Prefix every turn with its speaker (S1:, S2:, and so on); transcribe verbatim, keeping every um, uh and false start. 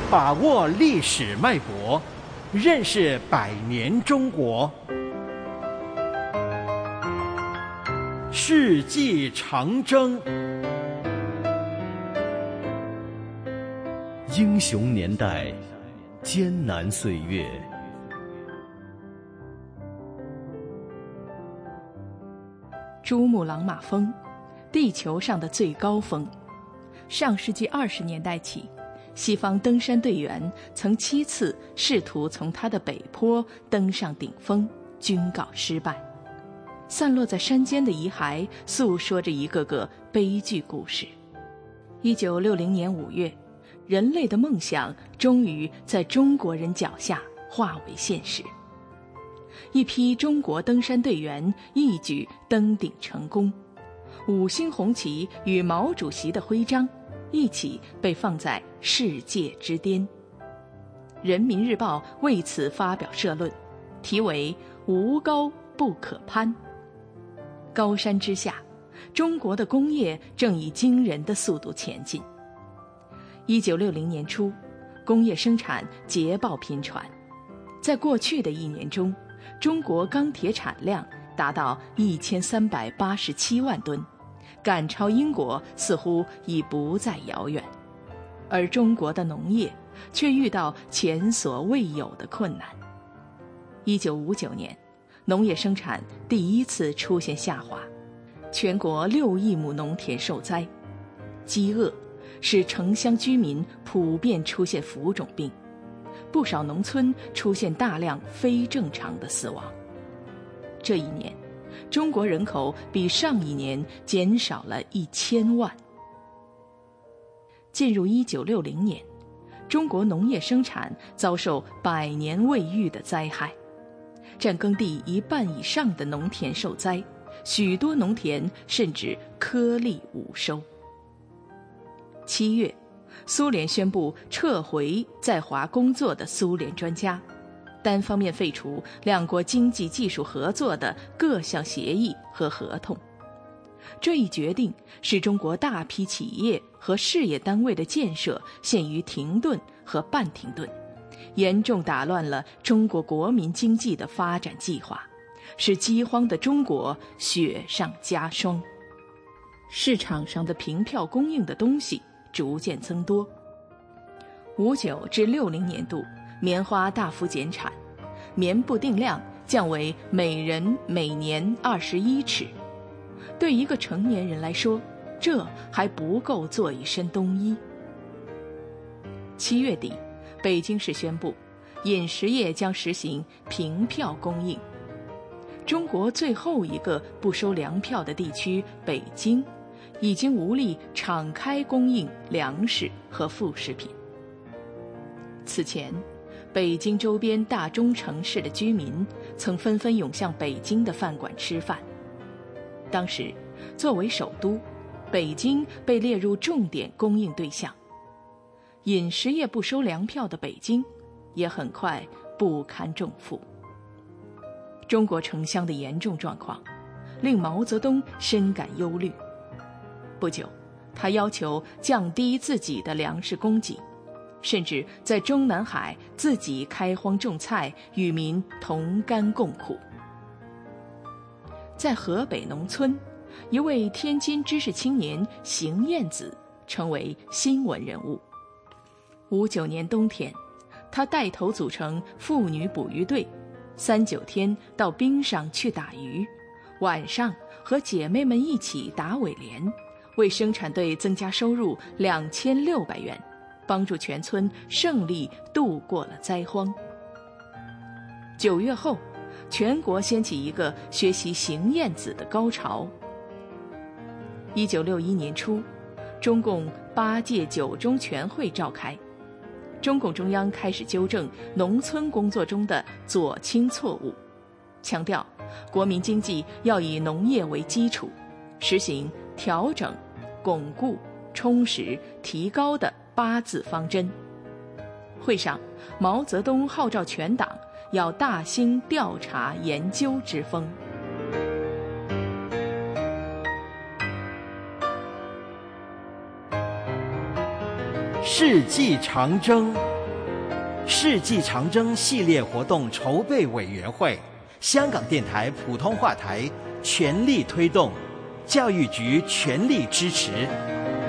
S1: 把握历史脉搏，认识百年中国。世纪长征，
S2: 英雄年代，艰难岁月。
S3: 珠穆朗玛峰，地球上的最高峰。上世纪二十年代起，西方登山队员曾七次试图从它的北坡登上顶峰，均告失败。散落在山间的遗骸诉说着一个个悲剧故事。一九六零年五月，人类的梦想终于在中国人脚下化为现实。一批中国登山队员一举登顶成功，五星红旗与毛主席的徽章一起被放在世界之巅。人民日报为此发表社论，题为无高不可攀。高山之下，中国的工业正以惊人的速度前进。一九六零年初，工业生产捷报频传。在过去的一年中，中国钢铁产量达到一千三百八十七万吨，赶超英国似乎已不再遥远。而中国的农业却遇到前所未有的困难。一九五九年，农业生产第一次出现下滑，全国六亿亩农田受灾，饥饿使城乡居民普遍出现浮肿病，不少农村出现大量非正常的死亡。这一年，中国人口比上一年减少了一千万。进入一九六零年，中国农业生产遭受百年未遇的灾害，占耕地一半以上的农田受灾，许多农田甚至颗粒无收。七月，苏联宣布撤回在华工作的苏联专家，单方面废除两国经济技术合作的各项协议和合同。这一决定使中国大批企业和事业单位的建设陷于停顿和半停顿，严重打乱了中国国民经济的发展计划，使饥荒的中国雪上加霜。市场上的凭票供应的东西逐渐增多。五九至六零年度，棉花大幅减产，棉布定量降为每人每年二十一尺。对一个成年人来说，这还不够做一身冬衣。七月底，北京市宣布，饮食业将实行凭票供应。中国最后一个不收粮票的地区北京，已经无力敞开供应粮食和副食品。此前，北京周边大中城市的居民曾纷纷涌向北京的饭馆吃饭。当时，作为首都，北京被列入重点供应对象。饮食业不收粮票的北京，也很快不堪重负。中国城乡的严重状况，令毛泽东深感忧虑。不久，他要求降低自己的粮食供给，甚至在中南海自己开荒种菜，与民同甘共苦。在河北农村，一位天津知识青年邢燕子成为新闻人物。五九年冬天，他带头组成妇女捕鱼队，三九天到冰上去打鱼，晚上和姐妹们一起打尾联，为生产队增加收入两千六百元，帮助全村胜利度过了灾荒。九月后，全国掀起一个学习邢燕子的高潮。一九六一年初，中共八届九中全会召开，中共中央开始纠正农村工作中的左倾错误，强调国民经济要以农业为基础，实行调整、巩固、充实、提高的八字方针。会上，毛泽东号召全党要大兴调查研究之风。
S1: 世纪长征， 世纪长征系列活动筹备委员会，香港电台普通话台全力推动，教育局全力支持。